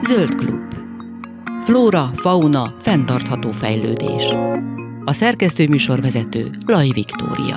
Zöld klub. Flóra, fauna, fenntartható fejlődés. A szerkesztőműsorvezető Laj Viktória.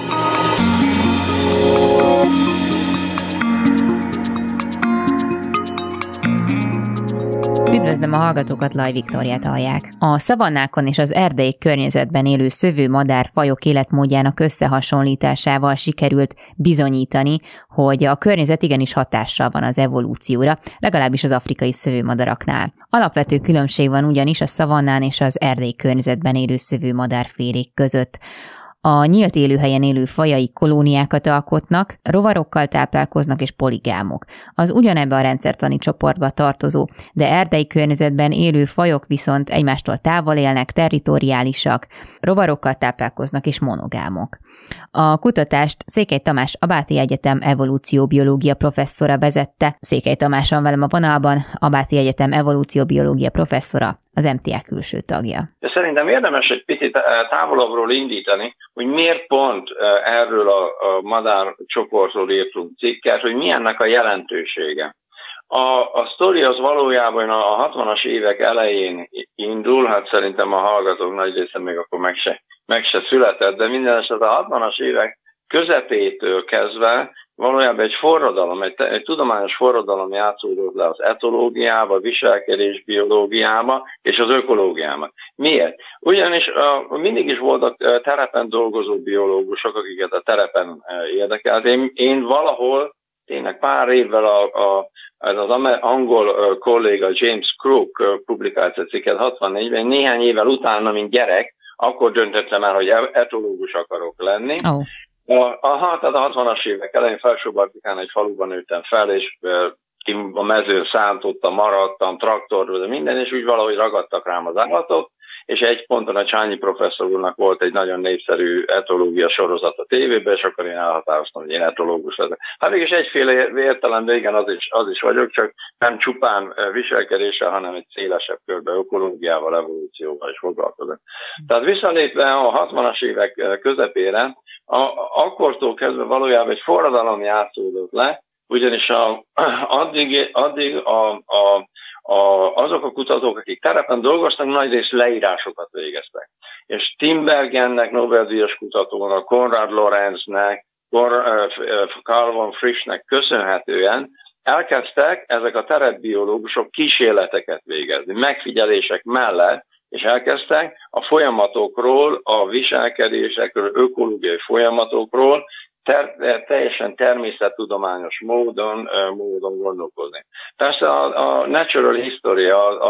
Üdvözlöm a hallgatókat, Laj Viktóriát hallják. A szavannákon és az erdei környezetben élő szövő-madár fajok életmódjának összehasonlításával sikerült bizonyítani, hogy a környezet igenis hatással van az evolúcióra, legalábbis az afrikai szövő-madaraknál. Alapvető különbség van ugyanis a szavannán és az erdei környezetben élő szövő-madárfélék között. A nyílt élőhelyen élő fajai kolóniákat alkotnak, rovarokkal táplálkoznak és poligámok. Az ugyanebbe a rendszertani csoportba tartozó, de erdei környezetben élő fajok viszont egymástól távol élnek, territoriálisak, rovarokkal táplálkoznak és monogámok. A kutatást Székely Tamás Abáti Egyetem evolúcióbiológia professzora vezette. Székely Tamás van velem a vonalban, Abáti Egyetem evolúcióbiológia professzora, az MTA külső tagja. De szerintem érdemes egy picit távolabbról indítani, hogy miért pont erről a madárcsoportról írtunk cikket, hogy mi ennek a jelentősége. A sztori az valójában a 60-as évek elején indul, hát szerintem a hallgatók nagy része még akkor meg se született, de minden esetre a 60-as évek közepétől kezdve valójában egy forradalom, egy tudományos forradalom játszódott le az etológiába, viselkedésbiológiába és az ökológiába. Miért? Ugyanis mindig is voltak terepen dolgozó biológusok, akiket a terepen érdekelt. Én valahol, tényleg pár évvel az angol kolléga James Crook publikált egy cikket 64-ben, néhány évvel utána, mint gyerek, akkor döntöttem el, hogy etológus akarok lenni. Oh. Tehát a 60-as évek elején Felső-Baltikán egy faluban nőttem fel, és a mezőn szántottam, maradtam, traktorról, de minden, és úgy valahogy ragadtak rám az állatok, és egy ponton a Csányi professzor úrnak volt egy nagyon népszerű etológia sorozat a tévében, és akkor én elhatároztam, hogy én etológus leszek. Hát mégis egyféle értelemben igen, az is vagyok, csak nem csupán viselkedéssel, hanem egy szélesebb körben ökológiával, evolúcióval is foglalkozok. Tehát visszalépve a 60-as évek közepére, akkortól kezdve valójában egy forradalom játszódott le, ugyanis addig azok a kutatók, akik terepen dolgoztak, nagyrészt leírásokat végeztek. És Tinbergennek, Nobel-díjas kutatónak, Konrad Lorenznek, Carl von Frischnek köszönhetően elkezdtek ezek a terepbiológusok kísérleteket végezni, megfigyelések mellett, és elkezdtek a folyamatokról, a viselkedésekről, ökológiai folyamatokról teljesen természettudományos módon gondolkozni. Persze a natural history,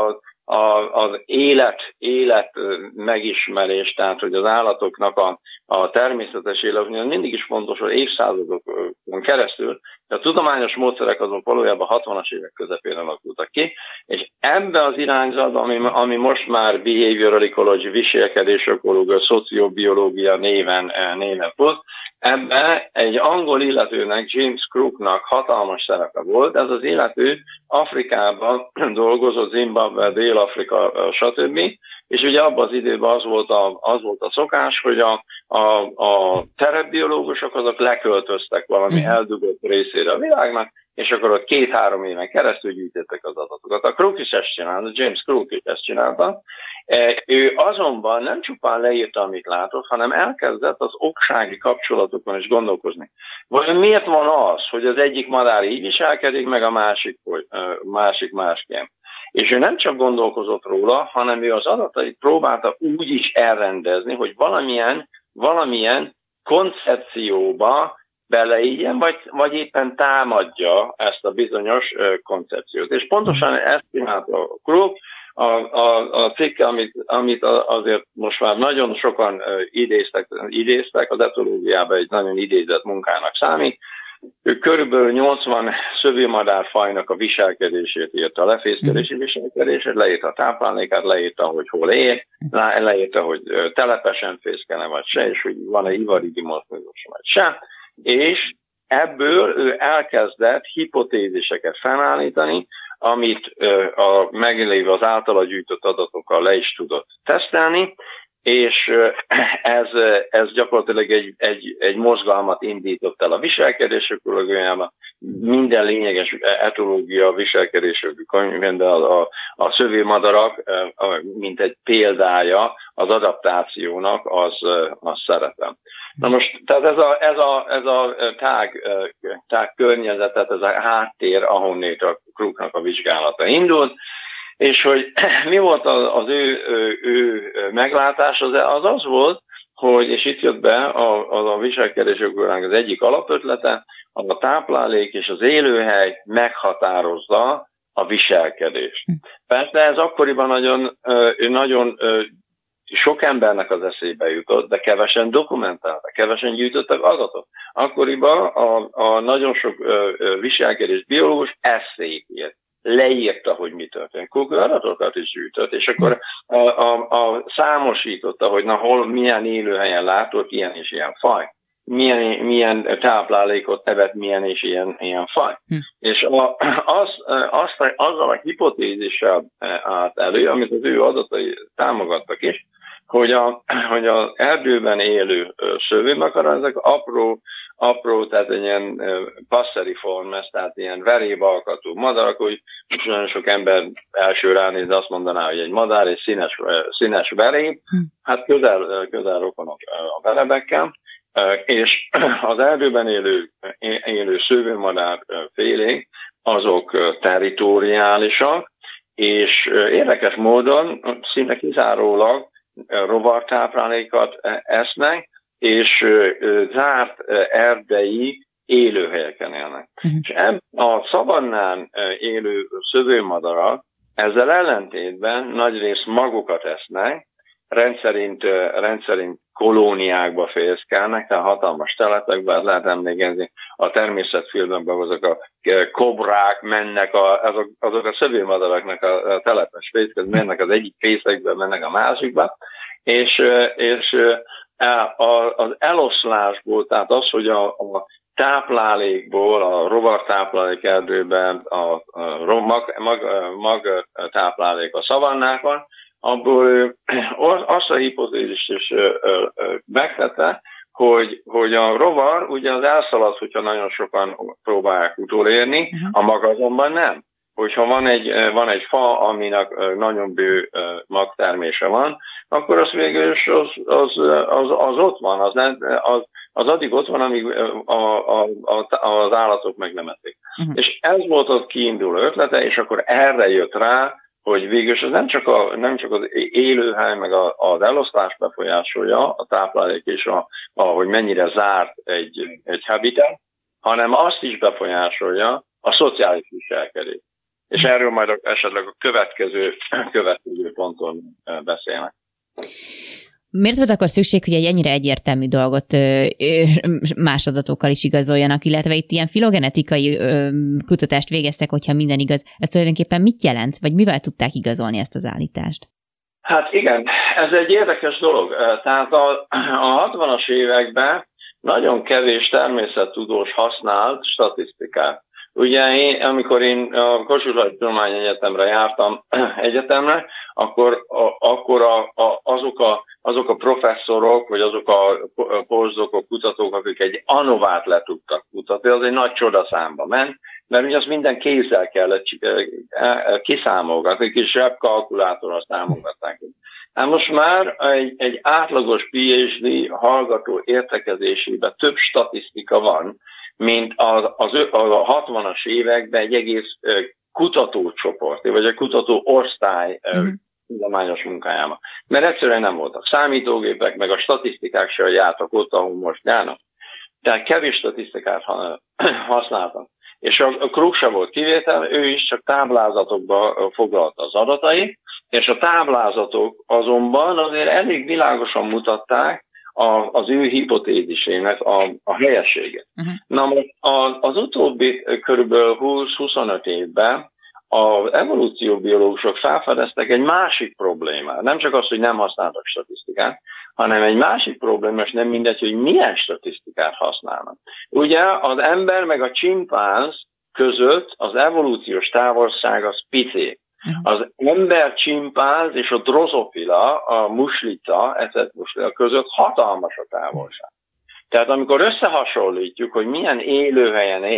az élet megismerés, tehát hogy az állatoknak a természetes élet, mindig is fontos, hogy évszázadokon keresztül, de a tudományos módszerek azok valójában 60-as évek közepén alakultak ki, és ebbe az irányzatba, ami most már behavioral ecology, viselkedés ökológia, szociobiológia néven fut, ebben egy angol illetőnek, James Crooknak hatalmas szerepe volt. Ez az illető Afrikában dolgozott, Zimbabwe, Dél-Afrika, stb. És ugye abban az időben az volt a szokás, hogy a terepbiológusok azok leköltöztek valami eldugott részére a világnak, és akkor ott 2-3 éven keresztül gyűjtöttek az adatokat. A Crook is ezt csinálta, James Crook is ezt csinálta. Ő azonban nem csupán leírta, amit látott, hanem elkezdett az oksági kapcsolatokon is gondolkozni. Vagy miért van az, hogy az egyik madár így viselkedik, meg a másik másként? És ő nem csak gondolkozott róla, hanem ő az adatait próbálta úgy is elrendezni, hogy valamilyen koncepcióba beleígyen, vagy éppen támadja ezt a bizonyos koncepciót. És pontosan ezt csinálta a Crook. A cikke, amit azért most már nagyon sokan idéztek, az etológiában egy nagyon idézett munkának számít. Ő körülbelül 80 szövőmadárfajnak a viselkedését írta, a lefészkedési viselkedését, leírta a táplálékát, leírta, hogy hol él, leírta, hogy telepesen fészkene vagy se, és hogy van-e ivari dimorfizmus vagy se, és ebből ő elkezdett hipotéziseket felállítani, amit a meglévő az általa gyűjtött adatokkal le is tudott tesztelni, és ez gyakorlatilag egy mozgalmat indított el a viselkedés ökológiában, minden lényeges etológia viselkedésjogi könyvben, de a szövőmadarak, mint egy példája az adaptációnak, az szerepel. Na most, tehát ez a tág környezetet, ez a háttér, ahonnét a Crooknak a vizsgálata indult, és hogy mi volt az ő meglátás, az volt, hogy, és itt jött be a viselkedésjognak az egyik alapötlete, a táplálék és az élőhely meghatározza a viselkedést. Persze ez akkoriban nagyon sok embernek az eszébe jutott, de kevesen dokumentáltak, kevesen gyűjtöttek adatot. Akkoriban a nagyon sok viselkedés biológus eszét írt, leírta, hogy mi történt. Cook adatokat is gyűjtött, és akkor számosította, hogy milyen élőhelyen látott ilyen és ilyen faj. Milyen táplálékot evett milyen és ilyen faj. És azzal a hipotézissel állt elő, amit az ő adatai támogattak is, hogy az erdőben élő szövőmakaron, ezek apró, tehát egy passeriformes, tehát ilyen veréb alkatú madarak, hogy nagyon sok ember első ránéz, azt mondaná, hogy egy madár, egy színes veréb, hát közel rokonok a verebekkel, és az erdőben élő szőlőmadár félék, azok territoriálisak, és érdekes módon szinte kizárólag rovartáplálékat esznek, és zárt erdei élőhelyeken élnek. És a szavannán élő szövőmadarak ezzel ellentétben nagyrészt magukat esznek, rendszerint kolóniákba fészkelnek, tehát hatalmas telepekben, lehet emlékezni, a természetfilmekben azok a kobrák mennek, azok a szövőmadaraknak a telepes fészkek, mennek az egyik fészekbe, mennek a másikba, és az eloszlásból, tehát az, hogy a táplálékból, a rovartáplálék erdőben, a magtáplálék a szavannákon, abból azt a hipotézist is megtette, hogy a rovar ugye az elszalad, hogyha nagyon sokan próbálják utolérni, a mag azonban nem. Hogyha van egy fa, aminek nagyon bő magtermése van, akkor az végül is az ott van, az addig ott van, amíg az állatok meg nem eszik. És ez volt az kiinduló ötlete, és akkor erre jött rá, hogy végül az nem csak az élőhely, meg az elosztás befolyásolja, a táplálék és hogy mennyire zárt egy habitat, hanem azt is befolyásolja a szociális viselkedés. És erről majd esetleg a következő ponton beszélnek. Miért volt akkor szükség, hogy egy ennyire egyértelmű dolgot más adatokkal is igazoljanak, illetve itt ilyen filogenetikai kutatást végeztek, hogyha minden igaz. Ez tulajdonképpen mit jelent, vagy mivel tudták igazolni ezt az állítást? Hát igen, ez egy érdekes dolog. Tehát a 60-as években nagyon kevés természettudós használt statisztikát. Ugye amikor én a Kossuth Tudományegyetemre jártam egyetemre, akkor azok a professzorok, vagy azok a postdocok, kutatók, akik egy ANOVÁt le tudtak kutatni, az egy nagy csodaszámba ment, mert ugye azt minden kézzel kellett kiszámolgatni, kis zsebkalkulátorral számogatták. Hát most már egy átlagos PhD hallgató értekezésében több statisztika van, mint a 60-as években egy egész kutatócsoport, vagy egy kutató osztály tudományos munkájában. Mert egyszerűen nem voltak számítógépek, meg a statisztikák se jártak ott, ahol most járnak. Tehát kevés statisztikát használtak. És a Crook se volt kivétel, ő is csak táblázatokba foglalta az adatait, és a táblázatok azonban azért elég világosan mutatták az ő hipotézisének a helyességet. Na most az utóbbi körülbelül 20-25 évben az evolúcióbiológusok felfedeztek egy másik problémát. Nem csak az, hogy nem használtak statisztikát, hanem egy másik probléma, és nem mindegy, hogy milyen statisztikát használnak. Ugye az ember meg a csimpánz között az evolúciós távolság az pici. Az ember, csimpánz és a drozofila, a muslica, ecetmuslita között hatalmas a távolság. Tehát amikor összehasonlítjuk, hogy milyen élőhelyen él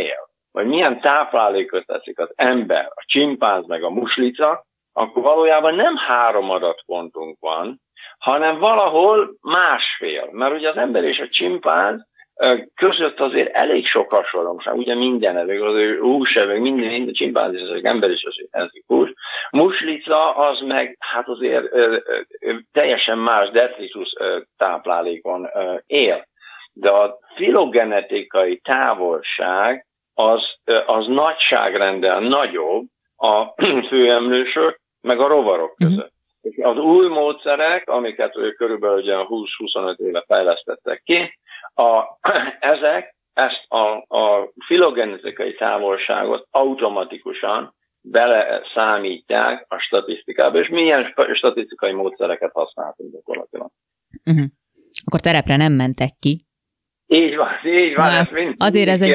vagy milyen táplálékot teszik az ember, a csimpánz meg a muslica, akkor valójában nem 3 adatpontunk van, hanem valahol másfél. Mert ugye az ember és a csimpánz között azért elég sok hasonlóság. Ugye minden evő, az ő húsevő, minden csimpánz és az ember is azért enzik hús. Muslica az meg hát azért teljesen más detritus táplálékon él. De a filogenetikai távolság az nagyságrendel nagyobb a főemlősök meg a rovarok között. Az új módszerek, amiket körülbelül ugye 20-25 éve fejlesztettek ki, ezek ezt a filogenetikai távolságot automatikusan beleszámítják a statisztikába, és milyen statisztikai módszereket használtunk gyakorlatilag. Akkor terepre nem mentek ki. Így van. Na, azért ez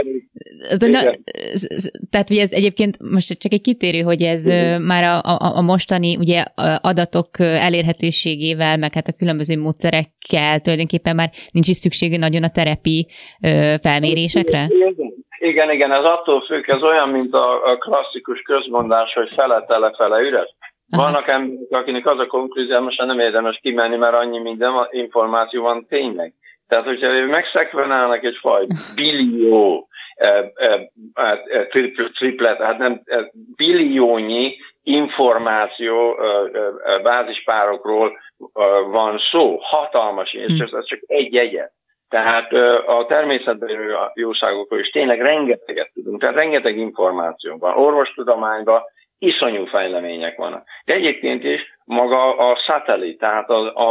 tehát, hogy ez egyébként most csak egy kitérő, hogy ez már a mostani ugye adatok elérhetőségével, meg hát a különböző módszerekkel tulajdonképpen már nincs is szükség nagyon a terepi felmérésekre? Igen, ez attól függ, ez olyan, mint a klasszikus közmondás, hogy fele tele, fele üres. Vannak emberek, akinek az a konklúzió, most nem érdemes kimenni, mert annyi minden információ van tényleg. Tehát, hogyha megszekvenálnak egy faj billió triplet, hát nem billiónyi információ bázispárokról van szó, hatalmas, és ez csak egy egyet. Tehát a természetben élő jószágokról is tényleg rengeteget tudunk, tehát rengeteg információ van. Orvostudományban iszonyú fejlemények vannak. De egyébként is maga a szatellit, tehát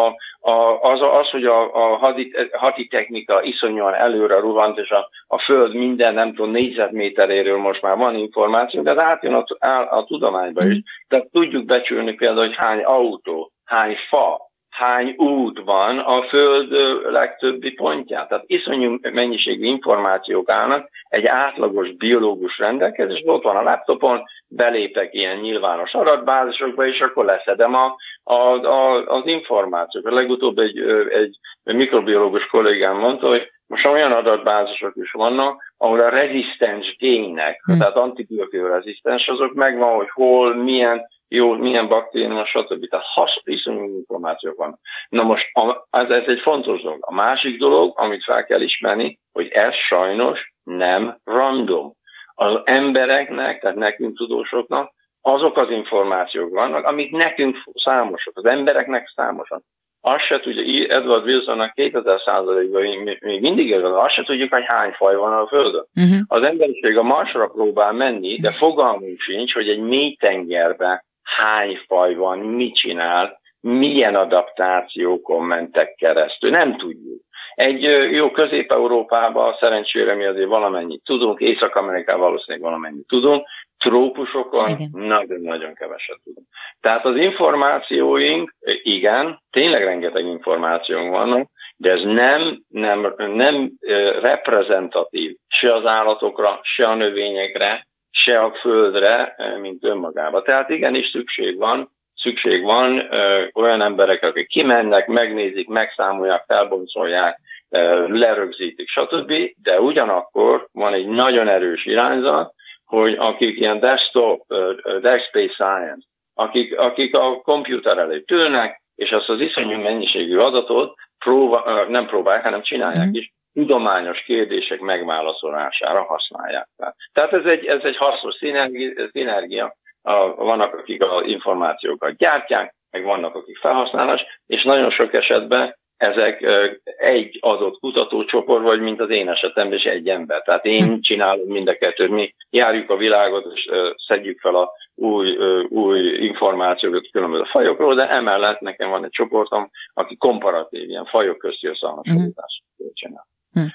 az, hogy a haditechnika iszonyúan előre ruhant, és a Föld minden, nem tudom, négyzetméteréről most már van információ, de ez átjön a tudományba is. Tehát tudjuk becsülni például, hogy hány autó, hány fa, hány út van a Föld legtöbbi pontján. Tehát iszonyú mennyiségű információk állnak egy átlagos biológus rendelkezés, ott van a laptopon, belépek ilyen nyilvános adatbázisokba, és akkor leszedem az információkat. Legutóbb egy mikrobiológus kollégám mondta, hogy most olyan adatbázisok is vannak, ahol a rezisztens gének, tehát antibiotikum rezisztens, azok megvan, hogy hol, milyen baktérium, stb. Tehát iszonyú információk vannak. Na most ez egy fontos dolog. A másik dolog, amit fel kell ismerni, hogy ez sajnos nem random. Az embereknek, tehát nekünk tudósoknak azok az információk vannak, amik nekünk számosak, az embereknek számosak. Azt se tudja, Edward Wilsonnak 2000%-ban még mindig igaz, azt se tudjuk, hogy hány faj van a Földön. Az emberiség a Marsra próbál menni, de fogalmunk sincs, hogy egy mély tengerben hány faj van, mit csinál, milyen adaptációkon mentek keresztül. Nem tudjuk. Egy jó Közép-Európában szerencsére mi azért valamennyit tudunk, Észak-Amerikában valószínűleg valamennyit tudunk, trópusokon nagyon-nagyon keveset tudunk. Tehát az információink, igen, tényleg rengeteg információnk vannak, de ez nem reprezentatív se az állatokra, se a növényekre, se a Földre, mint önmagában. Tehát igenis szükség van olyan emberek, akik kimennek, megnézik, megszámolják, felboncolják, lerögzítik, stb. De ugyanakkor van egy nagyon erős irányzat, hogy akik ilyen desk-based science, akik a komputer elé ülnek, és azt az iszonyú mennyiségű adatot nem próbálják, hanem csinálják is, tudományos kérdések megválaszolására használják. Tehát ez egy hasznos szinergia. Vannak, akik az információkat gyártják, meg vannak, akik felhasználás, és nagyon sok esetben ezek egy adott kutatócsoport, vagy mint az én esetemben is egy ember. Tehát én csinálom mind a kettőt, mi járjuk a világot, és szedjük fel a új információkat különböző fajokról, de emellett nekem van egy csoportom, aki komparatív, ilyen fajok közti összehasonlítást csinál.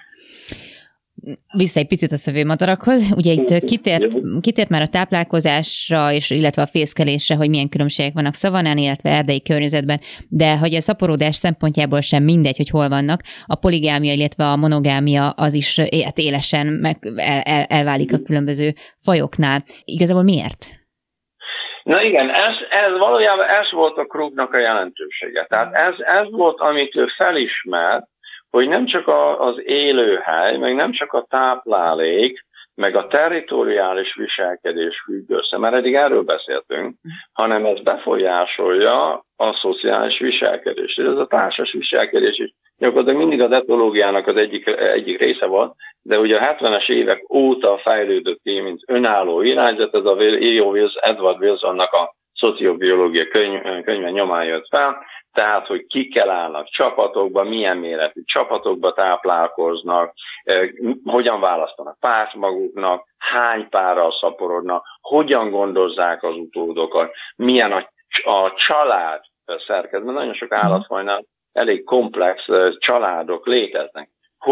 Vissza egy picit a szövőmadarakhoz. Ugye itt kitért már a táplálkozásra, illetve a fészkelésre, hogy milyen különbségek vannak szavannán, illetve erdei környezetben, de hogy a szaporodás szempontjából sem mindegy, hogy hol vannak, a poligámia, illetve a monogámia az is élesen elválik a különböző fajoknál. Igazából miért? Na igen, valójában ez volt a Krugnak a jelentősége. Tehát ez volt, amit ő felismert, hogy nem csak az élőhely, meg nem csak a táplálék, meg a territoriális viselkedés függ össze, mert eddig erről beszéltünk, hanem ez befolyásolja a szociális viselkedést. Ez a társas viselkedés is gyakorlatilag mindig az etológiának az egyik része volt, de ugye a 70-es évek óta fejlődött ki, mint önálló irányzat, ez a Edward Wilsonnak a szociobiológia könyve nyomán jött fel, tehát, hogy kikkel állnak csapatokba, milyen méretű csapatokba táplálkoznak, hogyan választanak párt maguknak, hány párral szaporodnak, hogyan gondozzák az utódokat, milyen a család szerkezet. Nagyon sok állatfajnál elég komplex családok léteznek.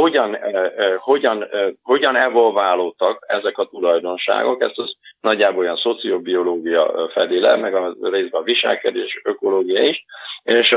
Hogyan evolválódtak ezek a tulajdonságok, ezt az nagyjából olyan szociobiológia fedi le, meg a részben a viselkedés, ökológia is, és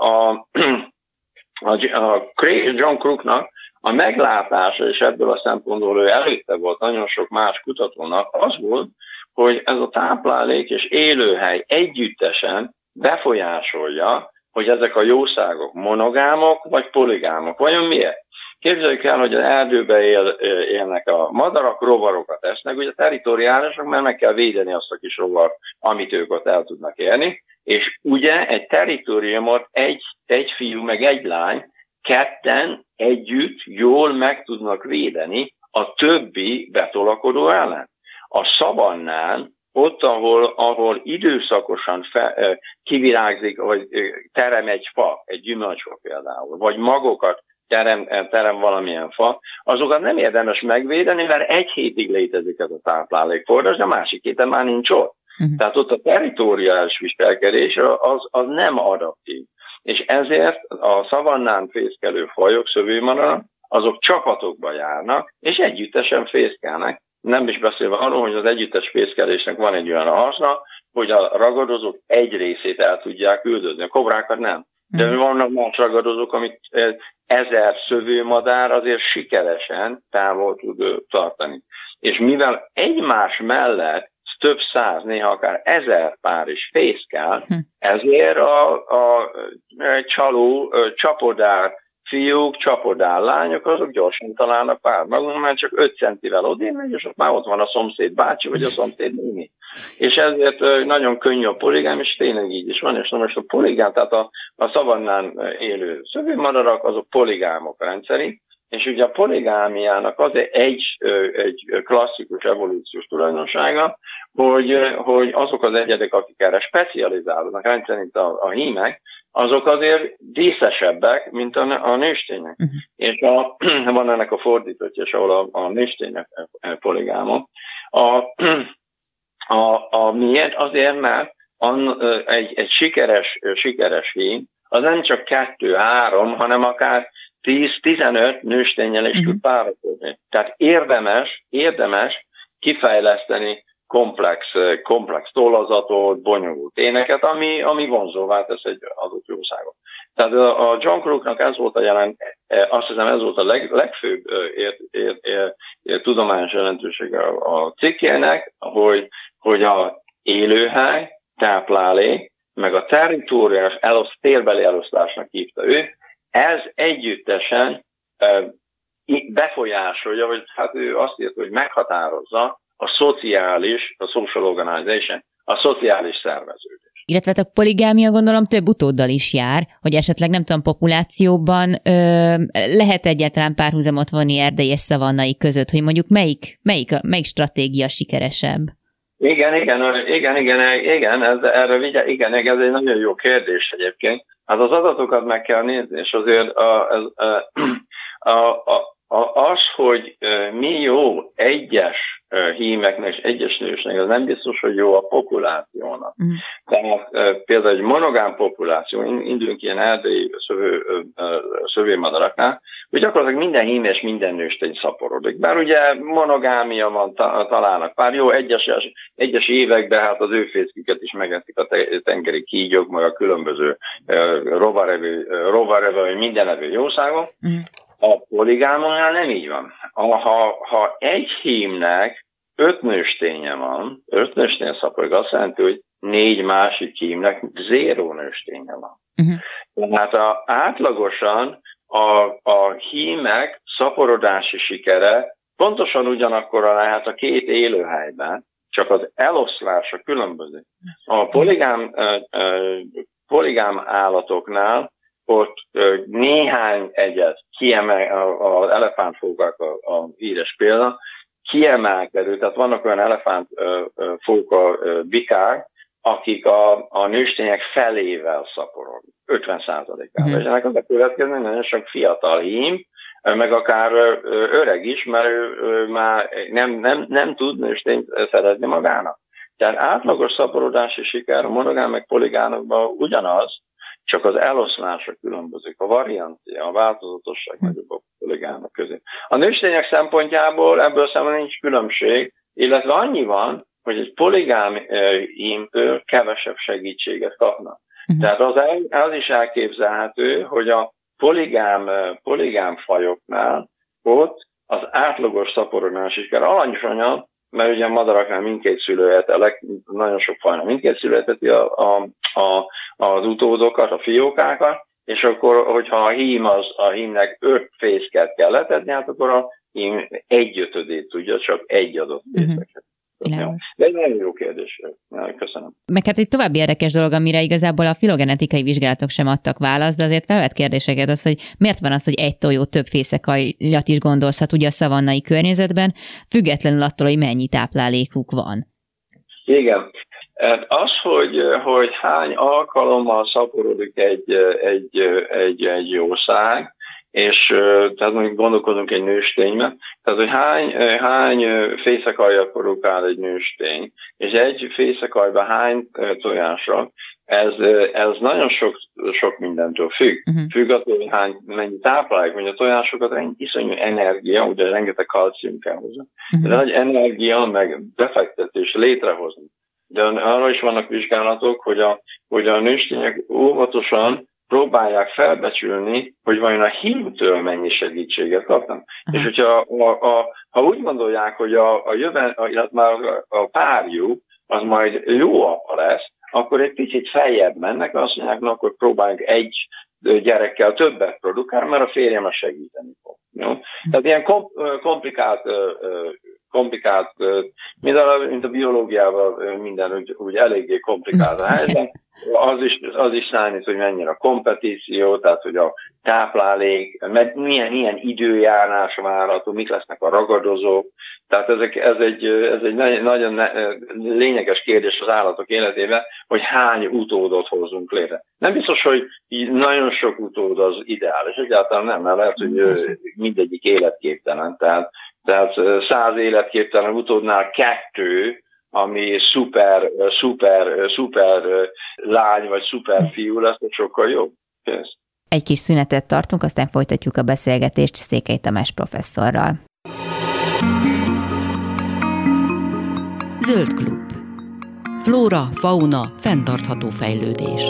John Crooknak a meglátása, és ebből a szempontból ő előtte volt nagyon sok más kutatónak, az volt, hogy ez a táplálék és élőhely együttesen befolyásolja, hogy ezek a jószágok monogámok vagy poligámok. Vajon miért? Képzeljük el, hogy az erdőben élnek a madarak, rovarokat esznek, ugye territoriálisok, mert meg kell védeni azt a kis rovar, amit ők ott el tudnak érni, és ugye egy territoriumot egy fiú meg egy lány ketten együtt jól meg tudnak védeni a többi betolakodó ellen. A szavannán, ott, ahol időszakosan kivirágzik, vagy terem egy fa, egy gyümölcsfa például, vagy magokat terem valamilyen fa, azokat nem érdemes megvédeni, mert egy hétig létezik ez a táplálékforrás, de a másik héten már nincs ott. Tehát ott a territoriális viselkedés az nem adaptív. És ezért a szavannán fészkelő fajok, szövőmadarak, azok csapatokba járnak, és együttesen fészkelnek. Nem is beszélve arról, hogy az együttes fészkelésnek van egy olyan haszna, hogy a ragadozók egy részét el tudják üldözni, a kobrákat nem. De vannak más ragadozók, amit 1000 szövőmadár azért sikeresen távol tud tartani. És mivel egymás mellett több száz, néha akár 1000 pár is fészkel, ezért a csaló, csapodár fiúk, csapodár lányok, azok gyorsan találnak pár magunk, mert csak 5 centivel odébb megy, és ott már ott van a szomszéd bácsi, vagy a szomszéd néni. És ezért nagyon könnyű a poligám, és tényleg így is van, és most a poligám, tehát a szavannán élő szövőmadarak, azok poligámok rendszerint, és ugye a poligámiának az egy klasszikus evolúciós tulajdonsága, hogy azok az egyedek, akik erre specializálódnak, rendszerint a hímek, azok azért díszesebbek, mint a nőstények. És van ennek a fordítottja, és ahol a nőstények poligámok. Miért? Azért, mert egy sikeres hím, az nem csak 2-3, hanem akár 10-15 nősténnyel is tud párakodni. Tehát érdemes kifejleszteni komplex tollazatot, bonyolult éneket, ami vonzóvá tesz egy adott jószágot. Tehát a John Crooknak ez volt azt hiszem ez volt a legfőbb tudományos jelentősége a cikkének, hogy a élőhely, táplálék, meg a territoriális térbeli elosztásnak hívta ő, ez együttesen befolyásolja, vagy hát ő azt írta, hogy meghatározza a social organization, a szociális szerveződés. Illetve a poligámia gondolom több utóddal is jár, hogy esetleg nem tudom, populációban lehet egyáltalán párhuzamot vonni erdei és szavannai között, hogy mondjuk melyik stratégia sikeresebb? Igen, ez egy nagyon jó kérdés egyébként. Hát az adatokat meg kell nézni, és azért az, hogy mi jó egyes hímeknek és egyes nősnek, az nem biztos, hogy jó a populációnak. Tehát például egy monogám populáció, indulunk ilyen erdei szövőmadaraknál, hogy gyakorlatilag minden hím és minden nőstény szaporodik. Bár ugye monogámia van, találnak pár jó, egyes években hát az ő fészküket is megeszik a tengeri kígyók, meg a különböző rovarevő, mindenevő jószágok. A poligámonál nem így van. Ha egy hímnek 5 nősténye van, 5 nőstény szaporik, azt jelenti, hogy 4 másik hímnek 0 nősténye van. Tehát átlagosan a hímek szaporodási sikere pontosan ugyanakkora lehet a két élőhelyben, csak az eloszlása különbözik. A poligám állatoknál ott néhány egyet kiemel, az elefántfókák a híres példa, kiemelkedő, tehát vannak olyan elefántfóka bikák, akik a nőstények felével szaporognak, 50%-ával. És ennek az a következő, hogy nagyon sok fiatal hím, meg akár öreg is, mert ő már nem tud nőstényt szerezni magának. Tehát átlagos szaporodási siker a monogám meg poligánokban ugyanaz, csak az eloszlása különbözik, a variancia, a változatosság nagyobb a poligánok közé. A nőstények szempontjából ebből szemben nincs különbség, illetve annyi van, hogy egy poligám hímtől kevesebb segítséget kapnak. Tehát az is elképzelhető, hogy a poligám fajoknál ott az átlagos szaporodási siker alanyosabb, mert ugye a madaraknál mindkét szülő nagyon sok fajnál mindkét szülő eteti az utódokat, a fiókákat, és akkor, hogyha a hímnek 5 fészket kell letetni, hát akkor a hím 1/5 tudja csak egy adott fészket. De egy nagyon jó kérdés. Köszönöm. Meg hát egy további érdekes dolog, amire igazából a filogenetikai vizsgálatok sem adtak választ, de azért felvet kérdéseket az, hogy miért van az, hogy egy tojó több fészekaljat is gondozhat ugye a szavannai környezetben, függetlenül attól, hogy mennyi táplálékuk van. Igen. Az, hogy hány alkalommal szaporodik egy jószág, és tehát mondjuk gondolkodunk egy nőstényben, tehát hogy hány fészekalja produkál egy nőstény, és egy fészekajban hány tojásra, ez nagyon sok mindentől függ. Függ attól, hogy mennyi táplálék, vagy a tojásokat iszonyú energia, ugye rengeteg kalcium kell hozzá, de nagy energia, meg befektetés létrehozni. De arra is vannak vizsgálatok, hogy a nőstények óvatosan próbálják felbecsülni, hogy vajon a hímtől mennyi segítséget kapnak. És hogyha ha úgy gondolják, hogy a párjuk az majd jó apa lesz, akkor egy picit feljebb mennek, azt mondják, na, akkor próbáljuk egy gyerekkel többet produkálni, mert a férjem segíteni fog. Jó? Tehát ilyen komplikált, mint a biológiával minden úgy eléggé komplikált a helyzet. Az is számít, hogy mennyire a kompetíció, tehát hogy a táplálék, milyen időjárás várható, mik lesznek a ragadozók. Tehát ez egy nagyon lényeges kérdés az állatok életében, hogy hány utódot hozzunk létre. Nem biztos, hogy nagyon sok utód az ideális, egyáltalán nem, mert lehet, hogy mindegyik életképtelen. Tehát 100 életképtelen utódnál 2, ami szuper lány vagy szuper fiú lesz, sokkal jobb. Kész. Egy kis szünetet tartunk, aztán folytatjuk a beszélgetést Székely Tamás professzorral. Zöld klub. Flóra, fauna, fenntartható fejlődés.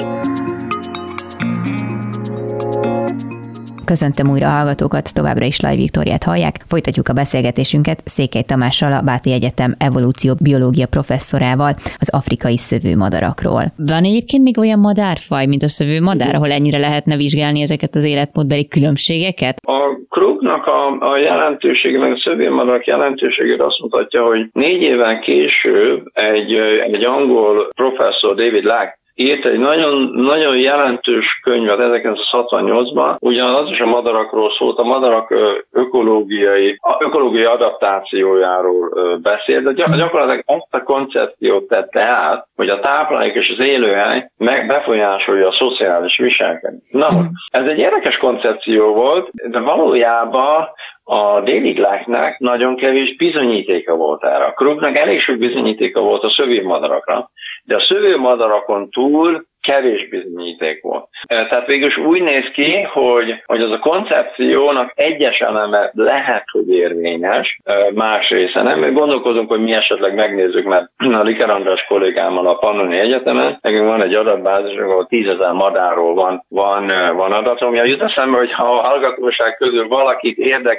Köszöntöm újra a hallgatókat, továbbra is Laj Viktóriát hallják. Folytatjuk a beszélgetésünket Székely Tamással, a Báthi Egyetem evolúció-biológia professzorával, az afrikai szövőmadarakról. Van egyébként még olyan madárfaj, mint a szövőmadár, ahol ennyire lehetne vizsgálni ezeket az életmódbeli különbségeket? A Krugnak a jelentősége, meg a szövőmadarak jelentőségét azt mutatja, hogy 4 évvel később egy angol professzor, David Lack, írt egy nagyon, nagyon jelentős könyvet 1968-ban, ugyanaz is a madarakról szólt, a madarak ökológiai adaptációjáról beszélt, de gyakorlatilag azt a koncepciót tette át, hogy a táplálék és az élőhely befolyásolja a szociális viselkedést. Na, ez egy érdekes koncepció volt, de valójában a David Lacknek nagyon kevés bizonyítéka volt erre. A Krugnak elég sok bizonyítéka volt a szövőmadarakra, de a szövőmadarakon túl kevés bizonyíték volt. Tehát végül is úgy néz ki, hogy az a koncepciónak egyes eleme lehet, hogy érvényes, más része nem. Gondolkozunk, hogy mi esetleg megnézzük, mert a Liker András kollégámmal a Pannoni Egyetemen, nekünk van egy adatbázis, ahol 10 000 madárról van adatom. Jut eszembe, hogy ha a hallgatóság közül valakit érdekel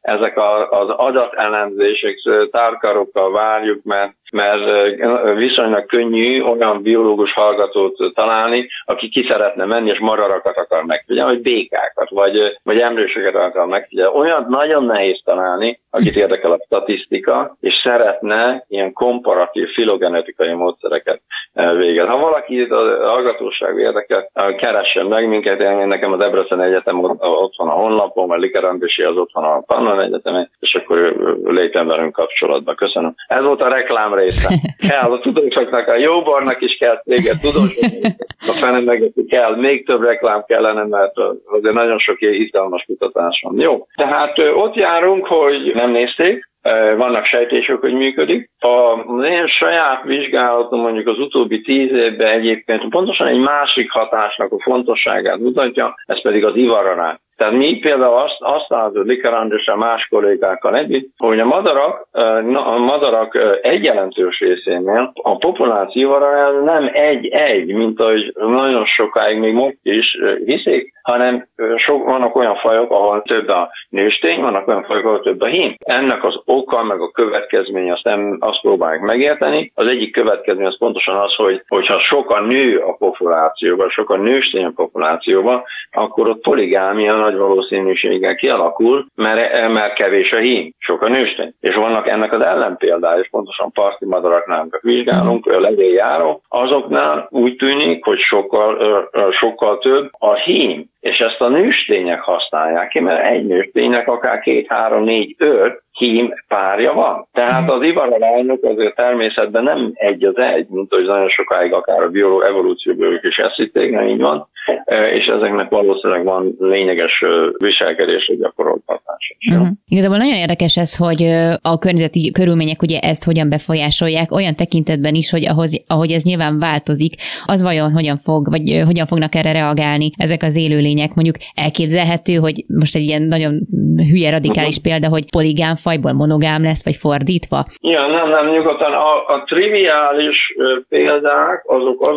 ezek az adatelemzések tárkarokkal várjuk, mert viszonylag könnyű olyan biológus hallgatót találni, aki ki szeretne menni, és madarakat akar megfigyelni, vagy békákat, vagy emlősöket akar megfigyelni. Olyan nagyon nehéz találni, akit érdekel a statisztika, és szeretne ilyen komparatív filogenetikai módszereket végezni. Ha valaki a hallgatóság érdekel, keressen meg minket, nekem a Debrecen Egyetem ott van a honlapon, vagy Liker Andrisi az ott van a Pannon Egyetemen, és akkor lépjen velünk kapcsolatba. Köszönöm. Ez volt a reklám része. Kell a tudósoknak, a jóbornak is kell téged, tudósoknak, a fenemegeti kell, még több reklám kellene, mert azért nagyon sok izgalmas kutatás van. Jó, tehát ott járunk, hogy nem nézték, vannak sejtések, hogy működik. Az én saját vizsgálatom mondjuk az utóbbi 10 évben egyébként pontosan egy másik hatásnak a fontosságát mutatja, ez pedig az ivararány. Tehát mi például azt látjuk Liker Andrissal más kollégákkal együtt, hogy a madarak egy jelentős részénél a populáció ivararány nem egy, mint ahogy nagyon sokáig még most is hiszik, hanem vannak olyan fajok, ahol több a nőstény, vannak olyan fajok, ahol több a hím. Ennek az oka, meg a következmény, azt próbáljuk megérteni. Az egyik következmény az pontosan az, hogyha sok a nő a populációban, sok a nőstény a populációban, akkor ott poligámia nagy valószínűséggel kialakul, mert kevés a hím, sok a nőstény. És vannak ennek az ellenpéldája, és pontosan parti madaraknál vizsgálunk, levélljáró, azoknál úgy tűnik, hogy sokkal több a hím. És ezt a nőstények használják ki, mert egy nősténynek akár 2, 3, 4, 5 hím párja van. Tehát az ivararányok azért természetben nem egy az egy, mint hogy nagyon sokáig akár a evolúcióból is ezt hitték, nem így van, és ezeknek valószínűleg van lényeges viselkedésre gyakorolt hatása. Igazából nagyon érdekes ez, hogy a környezeti körülmények ugye ezt hogyan befolyásolják, olyan tekintetben is, hogy ahogy ez nyilván változik, az vajon hogyan fognak erre reagálni ezek az élőlények. Mondjuk elképzelhető, hogy most egy ilyen nagyon hülye radikális példa, hogy poligám fajból monogám lesz, vagy fordítva? Ja, nem, nyugodtan. A triviális példák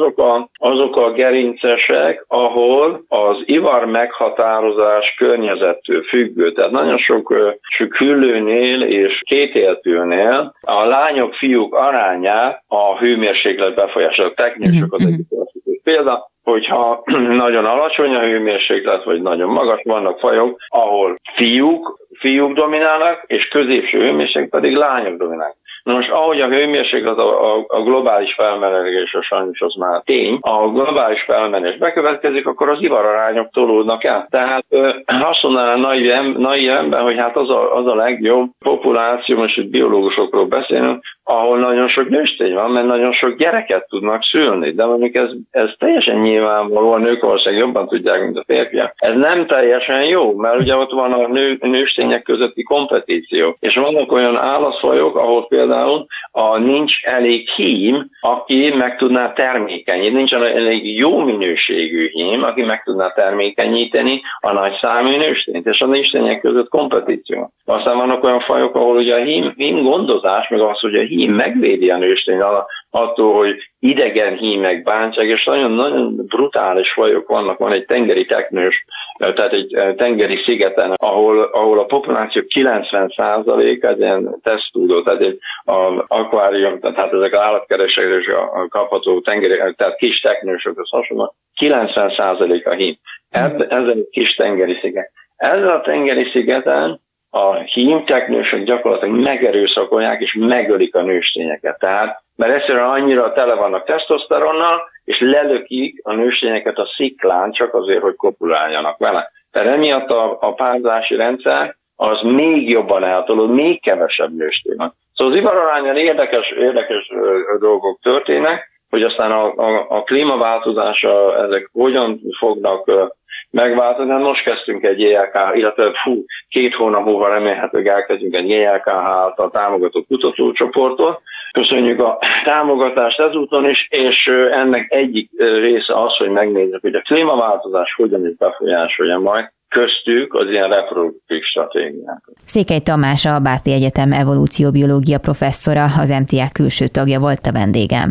azok a gerincesek, ahol az ivar meghatározás környezettől függő. Tehát nagyon sok hüllőnél és kétéltőnél a lányok-fiúk arányát a hőmérséklet befolyásolja. Technikusok az egyik példa, hogyha nagyon alacsony a hőmérséklet, vagy nagyon magas, vannak fajok, ahol fiúk dominálnak, és középső hőmérséklet pedig lányok dominálnak. Na most, ahogy a hőmérséklet, a globális felmelegedés, sajnos az már tény, a globális felmelegedés bekövetkezik, akkor az ivararányok tolódnak el. Tehát azt mondanám naiv ember, hogy hát az a legjobb populáció, most itt biológusokról beszélünk, ahol nagyon sok nőstény van, mert nagyon sok gyereket tudnak szülni. De mondjuk ez teljesen nyilvánvaló, a nők valószínűleg jobban tudják, mint a férfiak. Ez nem teljesen jó, mert ugye ott van a nőstények közötti kompetíció. És vannak olyan állatfajok, ahol például nincs elég hím, aki meg tudná termékenyíteni. Nincs elég jó minőségű hím, aki meg tudná termékenyíteni a nagy számú nőstényt. És a nőstények között kompetíció. Aztán vannak olyan fajok, ahol ugye a hím gondozás, meg az, hogy a hím megvédi a nőstényt attól, hogy idegen hímek bántják, és nagyon-nagyon brutális fajok vannak. Van egy tengeri teknős, tehát egy tengeri szigeten, ahol a populáció 90% egy ilyen tesztúdó, tehát egy akvárium, tehát ezek az állatkereskedés kapható tengeri, tehát kis teknősökhöz hasonlóan, 90% a hím. Ez egy kis tengeri sziget. Ezzel a tengeri szigeten a hímteknősök gyakorlatilag megerőszakolják és megölik a nőstényeket. Tehát, mert egyszerűen annyira tele vannak tesztoszteronnal, és lelökik a nőstényeket a sziklán csak azért, hogy kopuláljanak vele. Tehát emiatt a párzási rendszer az még jobban eltolód, még kevesebb nőstény van. Szóval az ivararányon érdekes dolgok történnek, hogy aztán a klímaváltozása, ezek hogyan fognak megváltozni. Most kezdtünk egy ELK, illetve 2 hónap múlva remélhetőleg elkezdünk egy ELK által támogató kutatócsoportot. Köszönjük a támogatást ezúton is, és ennek egyik része az, hogy megnézzük, hogy a klímaváltozás hogyan is befolyásolja majd köztük az ilyen reproduktív stratégiákat. Székely Tamás, a Bárti Egyetem evolúcióbiológia professzora, az MTA külső tagja volt a vendégem.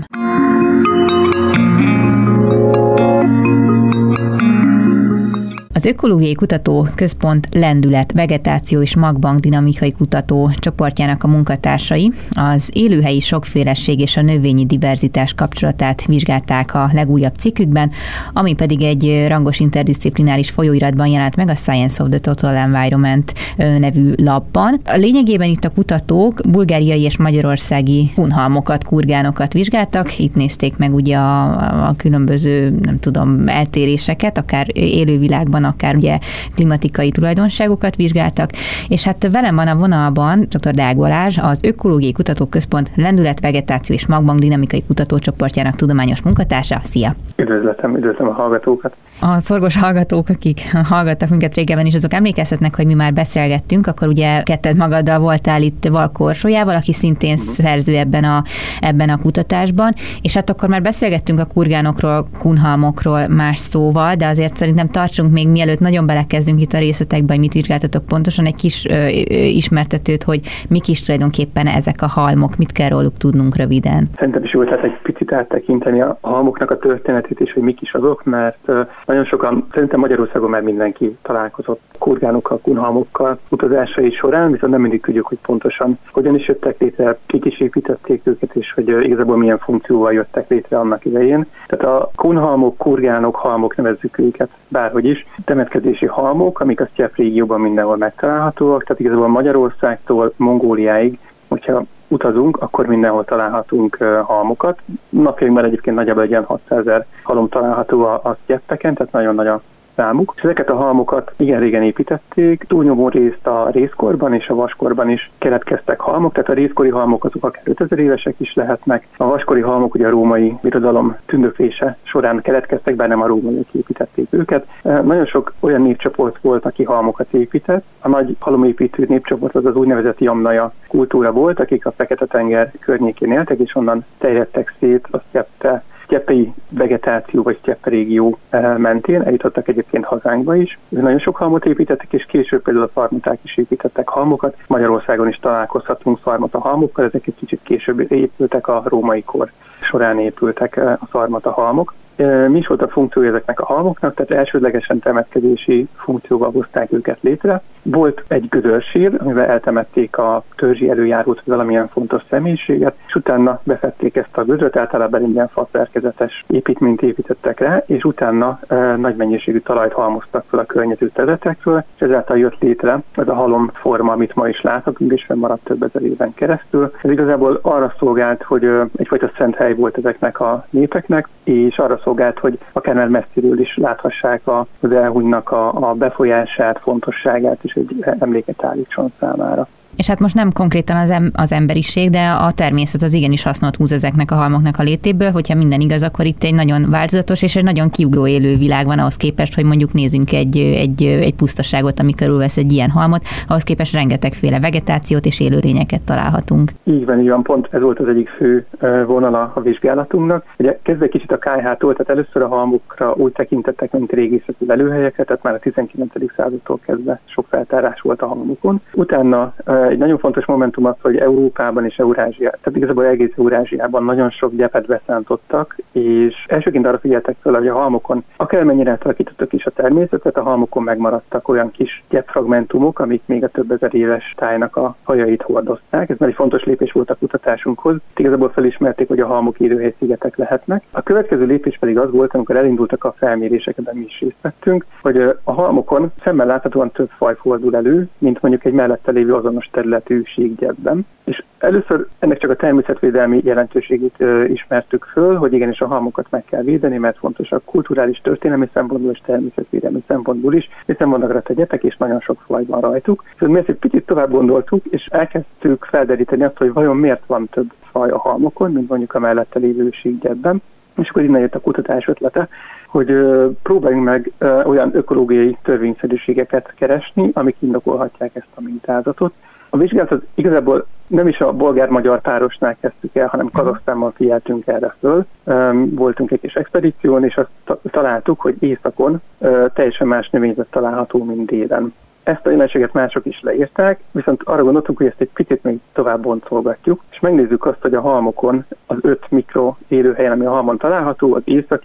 Az Ökológiai Kutatóközpont Lendület, Vegetáció és Magbank Dinamikai Kutató csoportjának a munkatársai az élőhelyi sokféleség és a növényi diverzitás kapcsolatát vizsgálták a legújabb cikkükben, ami pedig egy rangos interdisziplináris folyóiratban jelent meg a Science of the Total Environment nevű labban. A lényegében itt a kutatók bulgáriai és magyarországi kunhalmokat, kurgánokat vizsgáltak, itt nézték meg ugye a különböző, nem tudom, eltéréseket, akár élővilágban, akár ugye klimatikai tulajdonságokat vizsgáltak, és hát velem van a vonalban dr. Deák Balázs, az Ökológiai Kutatóközpont Lendület, Vegetáció és Magbank Dinamikai Kutatócsoportjának tudományos munkatársa. Szia! Üdvözlöm a hallgatókat! A szorgos hallgatók, akik hallgattak minket régebben is, azok emlékezhetnek, hogy mi már beszélgettünk, akkor ugye ketted magaddal voltál itt Valkó Orsolyával, aki szintén szerző ebben a kutatásban, és hát akkor már beszélgettünk a kurgánokról, kunhalmokról más szóval, de azért szerintem tartsunk még, mielőtt nagyon belekezdünk itt a részletekbe, hogy mit vizsgáltatok pontosan, egy kis ismertetőt, hogy mik is tulajdonképpen ezek a halmok, mit kell róluk tudnunk röviden. Szerintem is jó lehet egy picit áttekinteni a halmoknak a történetét, és hogy mik is azok, mert nagyon sokan, szerintem Magyarországon már mindenki találkozott kurgánokkal, kunhalmokkal utazásai során, viszont nem mindig tudjuk, hogy pontosan hogyan is jöttek létre, kik is építették őket, és hogy igazából milyen funkcióval jöttek létre annak idején. Tehát a kunhalmok, kurgánok, halmok, nevezzük őket bárhogy is, temetkezési halmok, amik a sztyepp régióban mindenhol megtalálhatóak, tehát igazából Magyarországtól Mongóliáig, hogyha utazunk, akkor mindenhol találhatunk halmokat. Napjainkban egyébként nagyjából egy ilyen 600 000 halom található a sztyeppeken, tehát nagyon nagy a számuk. És ezeket a halmokat igen régen építették, túlnyomó részt a rézkorban és a vaskorban is keletkeztek halmok, tehát a rézkori halmok azok akár 5000 évesek is lehetnek. A vaskori halmok ugye a római birodalom tündöklése során keletkeztek, bár nem a rómaiak építették őket. Nagyon sok olyan népcsoport volt, aki halmokat épített. A nagy halomépítő népcsoport az az úgynevezett jamnaja kultúra volt, akik a Fekete-tenger környékén éltek, és onnan terjedtek szét a sztyeppei vegetáció vagy sztyepp régió mentén, eljutottak egyébként hazánkba is. Nagyon sok halmot építettek, és később például a szarmaták is építettek halmokat. Magyarországon is találkozhatunk szarmata halmokkal, ezek egy kicsit később épültek, a római kor során épültek a szarmata halmok. Mi is volt a funkciója ezeknek a halmoknak, tehát elsődlegesen temetkezési funkcióval hozták őket létre. Volt egy gödörsír, amivel eltemették a törzsi előjárót, valamilyen fontos személyiséget, és utána befették ezt a gödröt, általában egy ilyen faszerkezetes építményt építettek rá, és utána nagy mennyiségű talajt halmoztak fel a környező területekről, és ezáltal jött létre ez a halomforma, amit ma is láthatunk, és fennmaradt több ezer éven keresztül. Ez igazából arra szolgált, hogy egyfajta szent hely volt ezeknek a népeknek, és arra szolgált, hogy akár már messziről is láthassák az elhunynak a befolyását, fontosságát, és egy emléket állítson számára. És hát most nem konkrétan az emberiség, de a természet az igenis hasznot húz ezeknek a halmoknak a létéből, hogyha minden igaz, akkor itt egy nagyon változatos és egy nagyon kiugró élővilág van ahhoz képest, hogy mondjuk nézzünk egy pusztaságot, ami körülvesz egy ilyen halmot, ahhoz képest rengetegféle vegetációt és élőlényeket találhatunk. Így van, pont ez volt az egyik fő vonala a vizsgálatunknak. Ugye kezdve kicsit a KH-tól, tehát először a halmokra úgy tekintettek, mint régészeti lelőhelyekre, tehát már a 19. századtól kezdve sok feltárás volt a halmokon. Utána egy nagyon fontos momentum az, hogy Európában és Eurázsiában, tehát igazából egész Eurázsiában nagyon sok gyepet beszántottak, és elsőként arra figyeltek fel, hogy a halmokon, akármennyire átalakítottak is a természetet, a halmokon megmaradtak olyan kis gyepfragmentumok, amik még a több ezer éves tájnak a hajait hordozták. Ez már egy fontos lépés volt a kutatásunkhoz. Igazából felismerték, hogy a halmok élőhelyszigetek lehetnek. A következő lépés pedig az volt, amikor elindultak a felmérések, ebben mi is részt vettünk, hogy a halmokon szemmel láthatóan több faj fordul elő, mint mondjuk egy mellette lévő azonos területű síkgyepben. És először ennek csak a természetvédelmi jelentőségét ismertük föl, hogy igenis a halmokat meg kell védeni, mert fontos a kulturális, történelmi szempontból és természetvédelmi szempontból is, hiszen vannak rajta gyepek, és nagyon sok faj van rajtuk. Mi ezt egy picit tovább gondoltuk, és elkezdtük felderíteni azt, hogy vajon miért van több faj a halmokon, mint mondjuk a mellette lévő síkgyepben. És akkor innen jött a kutatás ötlete, hogy próbáljunk meg olyan ökológiai törvényszerűségeket keresni, amik indokolhatják ezt a mintázatot. A vizsgálat az igazából nem is a bolgár-magyar párosnál kezdtük el, hanem Kazahsztánban figyeltünk erre föl. Voltunk egy kis expedíción, és azt találtuk, hogy északon teljesen más növényzet található, mint délen. Ezt a jelenséget mások is leírták, viszont arra gondoltunk, hogy ezt egy picit még tovább boncolgatjuk, és megnézzük azt, hogy a halmokon az 5 mikro élőhelyen, ami a halmon található, az északi,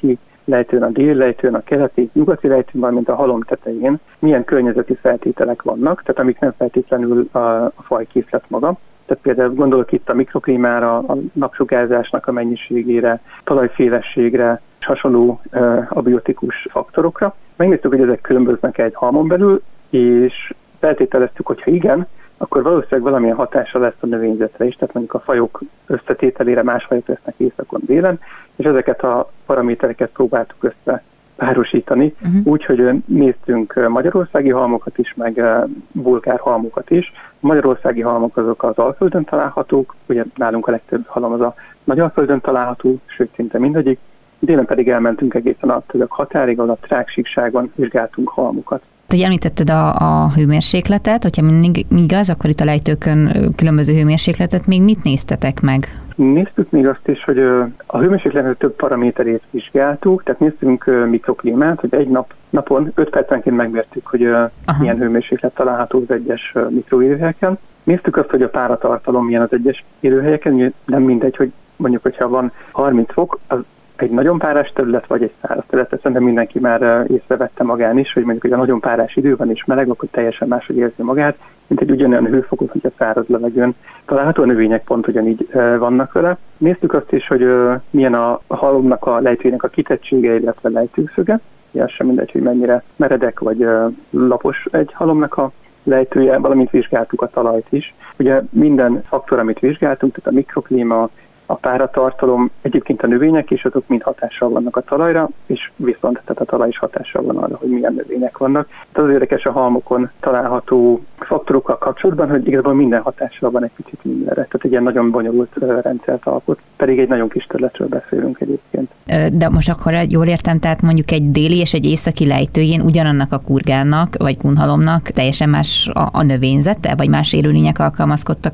lejtőn, a déli lejtőn, a keleti, nyugati lejtőn, valamint a halom tetején milyen környezeti feltételek vannak, tehát amik nem feltétlenül a fajkészlet maga. Tehát például gondolok itt a mikroklímára, a napsugárzásnak a mennyiségére, talajfélességre, és hasonló abiotikus faktorokra. Megnéztük, hogy ezek különböznek egy halmon belül, és feltételeztük, hogy ha igen, akkor valószínűleg valamilyen hatása lesz a növényzetre is, tehát mondjuk a fajok összetételére más fajok lesznek északon, délen, és ezeket a paramétereket próbáltuk összepárosítani, úgyhogy néztünk magyarországi halmokat is, meg bulgár halmokat is. A magyarországi halmok azok az Alföldön találhatók, ugye nálunk a legtöbb halom az a Nagyalföldön található, sőt szinte mindegyik, délen pedig elmentünk egészen a török határig, ahol a Trák-síkságon vizsgáltunk halmokat. Hogy említetted a hőmérsékletet, hogyha mindig igaz, akkor itt a lejtőkön különböző hőmérsékletet, még mit néztetek meg? Néztük még azt is, hogy a hőmérsékletnek több paraméterét vizsgáltuk, tehát néztünk mikroklímát, hogy egy napon 5 percenként megmértük, hogy milyen hőmérséklet található az egyes mikroélőhelyeken. Néztük azt, hogy a páratartalom milyen az egyes élőhelyeken, nem mindegy, hogy mondjuk, hogyha van 30 fok, az egy nagyon párás terület, vagy egy száraz terület, szerintem mindenki már észrevette magán is, hogy mondjuk, hogy a nagyon párás idő van és meleg, akkor teljesen máshogy érzi magát, mint egy ugyanolyan hőfokon, hogy a száraz levegőn található. A növények pont ugyanígy vannak vele. Néztük azt is, hogy milyen a halomnak, a lejtőjének a kitettsége, illetve lejtőszöge. Ez sem mindegy, hogy mennyire meredek vagy lapos egy halomnak a lejtője, valamint vizsgáltuk a talajt is. Ugye minden faktor, amit vizsgáltunk, tehát a mikroklíma, a páratartalom, egyébként a növények is, azok mind hatással vannak a talajra, és viszont tehát a talaj is hatással van arra, hogy milyen növények vannak. Tehát az érdekes a halmokon található faktorokkal kapcsolatban, hogy igazából minden hatással van egy picit mindenre. Tehát egy ilyen nagyon bonyolult rendszert alkot, pedig egy nagyon kis területről beszélünk egyébként. De most akkor jól értem, tehát mondjuk egy déli és egy északi lejtőjén ugyanannak a kurgának, vagy kunhalomnak teljesen más a növényzete, vagy más élőlények alkalmazkodtak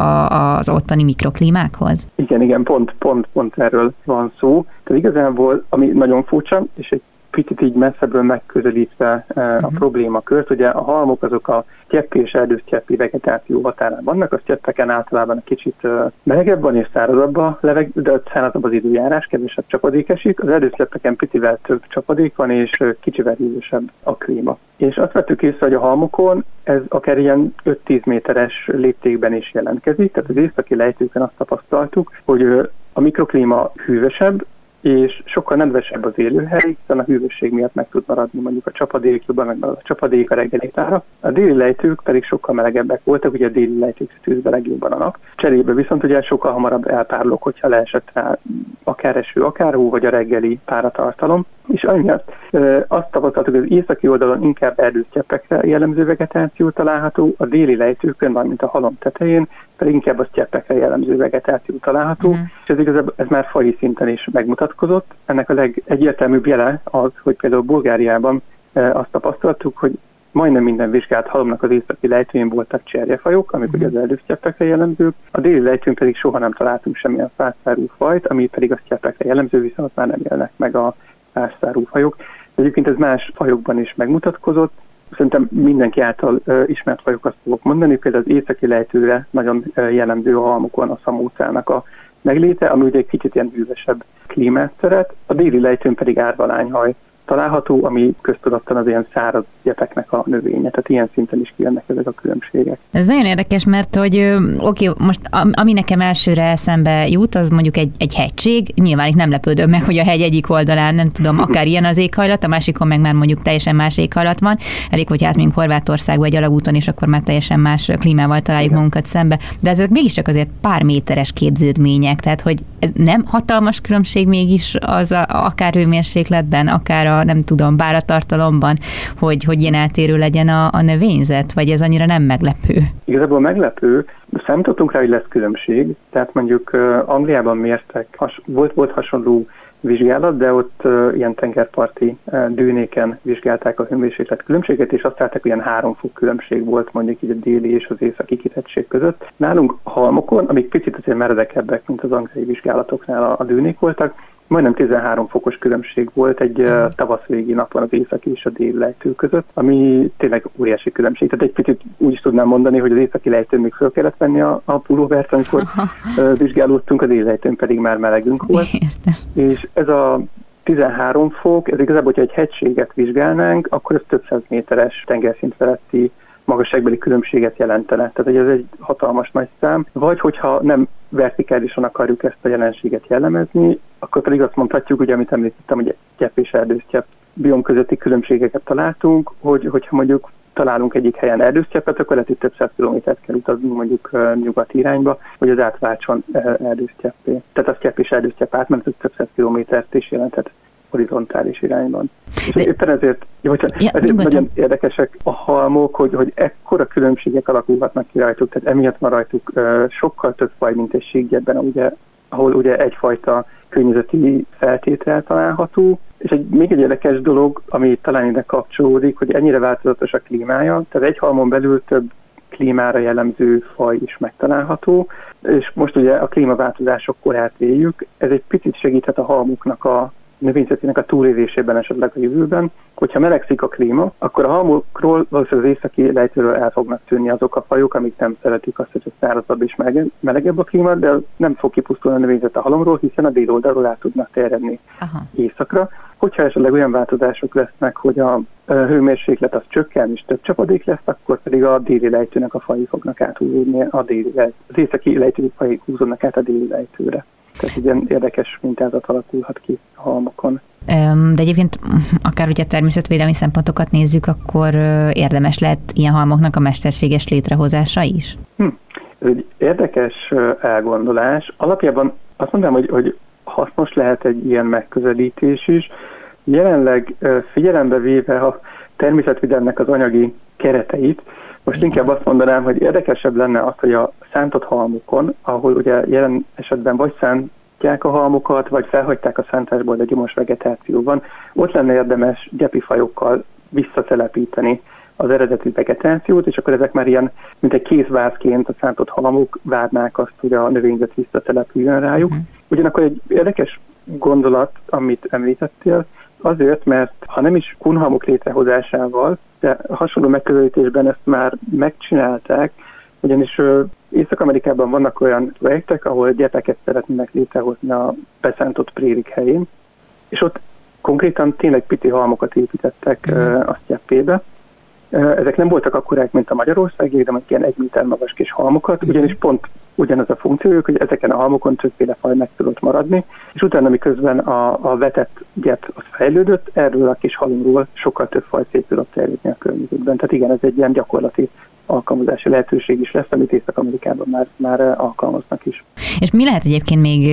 az ottani mikroklímákhoz? Igen, pont erről van szó. Tehát igazából, ami nagyon furcsa, és egy picit így messzebbről megközelítve a problémakört, ugye a halmok azok a tyeppi és erdősztyeppi vegetáció határán vannak, a sztyeppeken általában egy kicsit melegebb van és szárazabb a levegő, de szárazabb az időjárás, kevesebb csapadék esik, az erdősztyeppeken picivel több csapadék van és kicsivel hűvösebb a klíma. És azt vettük észre, hogy a halmokon ez akár ilyen 5-10 méteres léptékben is jelentkezik, tehát az északi lejtőkön azt tapasztaltuk, hogy a mikroklíma hűvösebb, és sokkal nedvesebb az élőhely, hiszen a hűvösség miatt meg tud maradni mondjuk a csapadék, jobban megmarad a csapadék a reggelétára. A déli lejtők pedig sokkal melegebbek voltak, ugye a déli lejtők tűzbe legjobban a nap. Cserébe viszont ugye sokkal hamarabb elpárolog, hogyha leesett rá akár eső, akár hó, vagy a reggeli páratartalom. És amiatt azt tapasztaltuk, hogy az északi oldalon inkább erdősztyeppekre jellemző vegetáció található, a déli lejtőkön, valamint a halom tetején pedig inkább a sztyeppekre jellemző vegetáció található, és ez már faji szinten is megmutatkozott. Ennek a legegyértelműbb jele az, hogy például Bulgáriában azt tapasztaltuk, hogy majdnem minden vizsgált halomnak az északi lejtőjén voltak cserjefajok, amik ugye az erdősztyeppekre jellemzők, a déli lejtőn pedig soha nem találtunk semmilyen fászszárú fajt, ami pedig a sztyeppekre jellemző, viszont már nem élnek meg a fászszárú fajok. De egyébként ez más fajokban is megmutatkozott. Szerintem mindenki által ismert fajokat fogok mondani, például az északi lejtőre nagyon jellemző a halmokon a szamócának a megléte, ami ugye egy kicsit ilyen hűvösebb klímát szeret, a déli lejtőn pedig árvalányhaj található, ami köztudottan az ilyen száraz gyepeknek a növénye, tehát ilyen szinten is kijönnek ezek a különbségek. Ez nagyon érdekes, mert hogy most ami nekem elsőre eszembe jut, az mondjuk egy hegység, nyilván itt nem lepődöm meg, hogy a hegy egyik oldalán nem tudom, akár ilyen az éghajlat, a másikon meg már mondjuk teljesen más éghajlat van, elég, hogy átmegyünk Horvátországba egy alagúton, és akkor már teljesen más klímával találjuk magunkat szembe, de ezek mégiscsak azért pár méteres képződmények, tehát hogy ez nem hatalmas különbség mégis az akár hőmérsékletben, akár a nem tudom, páratartalomban, hogy ilyen eltérő legyen a növényzet, vagy ez annyira nem meglepő? Igazából meglepő, számítottunk rá, hogy lesz különbség, tehát mondjuk Angliában mértek, volt hasonló vizsgálat, de ott ilyen tengerparti dűnéken vizsgálták a hőmérséklet különbséget, és azt látták, hogy ilyen 3 fok különbség volt mondjuk így a déli és az északi kitettség között. Nálunk halmokon, amik picit azért meredekebbek, mint az angliai vizsgálatoknál a dűnék voltak, majdnem 13 fokos különbség volt egy tavaszvégi napon az északi és a déli lejtő között, ami tényleg óriási különbség. Tehát egy picit úgy is tudnám mondani, hogy az északi lejtőn még föl kellett venni a pulóvert, amikor vizsgálódtunk, a déli lejtőn pedig már melegünk volt. Értem. És ez a 13 fok, ez igazából, hogyha egy hegységet vizsgálnánk, akkor ez több száz méteres tengerszint feletti magasságbeli különbséget jelentene. Tehát ez egy hatalmas nagy szám. Vagy hogyha nem vertikálisan akarjuk ezt a jelenséget jellemezni, akkor pedig azt mondhatjuk, ugye, amit említettem, hogy csepp és erdőszcsepp biom közötti különbségeket találtunk, hogyha mondjuk találunk egyik helyen erdőszcseppet, akkor lehet, hogy több száz kilométert kell utaznunk mondjuk nyugati irányba, hogy az átváltson erdőszcseppé. Tehát a csepp és erdőszcsepp átmenet több száz kilométert is jelentett horizontális irányban. És éppen ezért nagyon érdekesek a halmok, hogy ekkora különbségek alakulhatnak ki rajtuk, tehát emiatt van rajtuk sokkal több faj, mint egy síkgyepben, ahol ugye egyfajta környezeti feltétel található. És még egy érdekes dolog, ami talán ide kapcsolódik, hogy ennyire változatos a klímája, tehát egy halmon belül több klímára jellemző faj is megtalálható, és most ugye a klímaváltozások korát éljük, ez egy picit segíthet a halmoknak a növényzetének a túlélésében esetleg a jövőben. Hogyha melegszik a klíma, akkor a halmokról valószínűleg az északi lejtőről el fognak tűnni azok a fajok, amik nem szeretik azt, hogy szárazabb és melegebb a klíma, de nem fog kipusztulni a növényzet a halomról, hiszen a déloldalról át tudnak terjedni északra. Hogyha esetleg olyan változások lesznek, hogy a hőmérséklet az csökken és több csapadék lesz, akkor pedig a déli lejtőnek a fajai fognak áthúzódni, az északi lejtő fajai húzódnak át a déli lejtőre. Tehát egy ilyen érdekes mintázat alakulhat ki a halmokon. De egyébként akár, hogyha természetvédelmi szempontokat nézzük, akkor érdemes lehet ilyen halmoknak a mesterséges létrehozása is? Ez egy érdekes elgondolás. Alapjában azt mondanám, hogy hasznos lehet egy ilyen megközelítés is. Jelenleg figyelembe véve a természetvédelemnek az anyagi kereteit, most inkább azt mondanám, hogy érdekesebb lenne az, hogy a szántott halmokon, ahol ugye jelen esetben vagy szántják a halmokat, vagy felhagyták a szántásból, de gyomos vegetáció van, ott lenne érdemes gyepifajokkal visszatelepíteni az eredeti vegetációt, és akkor ezek már ilyen, mint egy kézvázként a szántott halmok várnák azt, hogy a növényzet visszatelepüljön rájuk. Ugyanakkor egy érdekes gondolat, amit említettél, azért, mert ha nem is kunhalmok létrehozásával, de hasonló megközelítésben ezt már megcsinálták, ugyanis Észak-Amerikában vannak olyan projektek, ahol gyepeket szeretnének létrehozni a beszántott prérik helyén, és ott konkrétan tényleg pici halmokat építettek a sztyeppébe. Ezek nem voltak akkorák, mint a Magyarországi, de ilyen 1 méter magas kis halmokat, ugyanis pont ugyanaz a funkciójuk, hogy ezeken a halmokon többféle faj meg tudott maradni, és utána, miközben a vetett gyep az fejlődött, erről a kis halomról sokkal több faj szét tudott terjedni a környezetben. Tehát igen, ez egy ilyen gyakorlati alkalmazási lehetőség is lesz, amit Észak-Amerikában már alkalmaznak is. És mi lehet egyébként még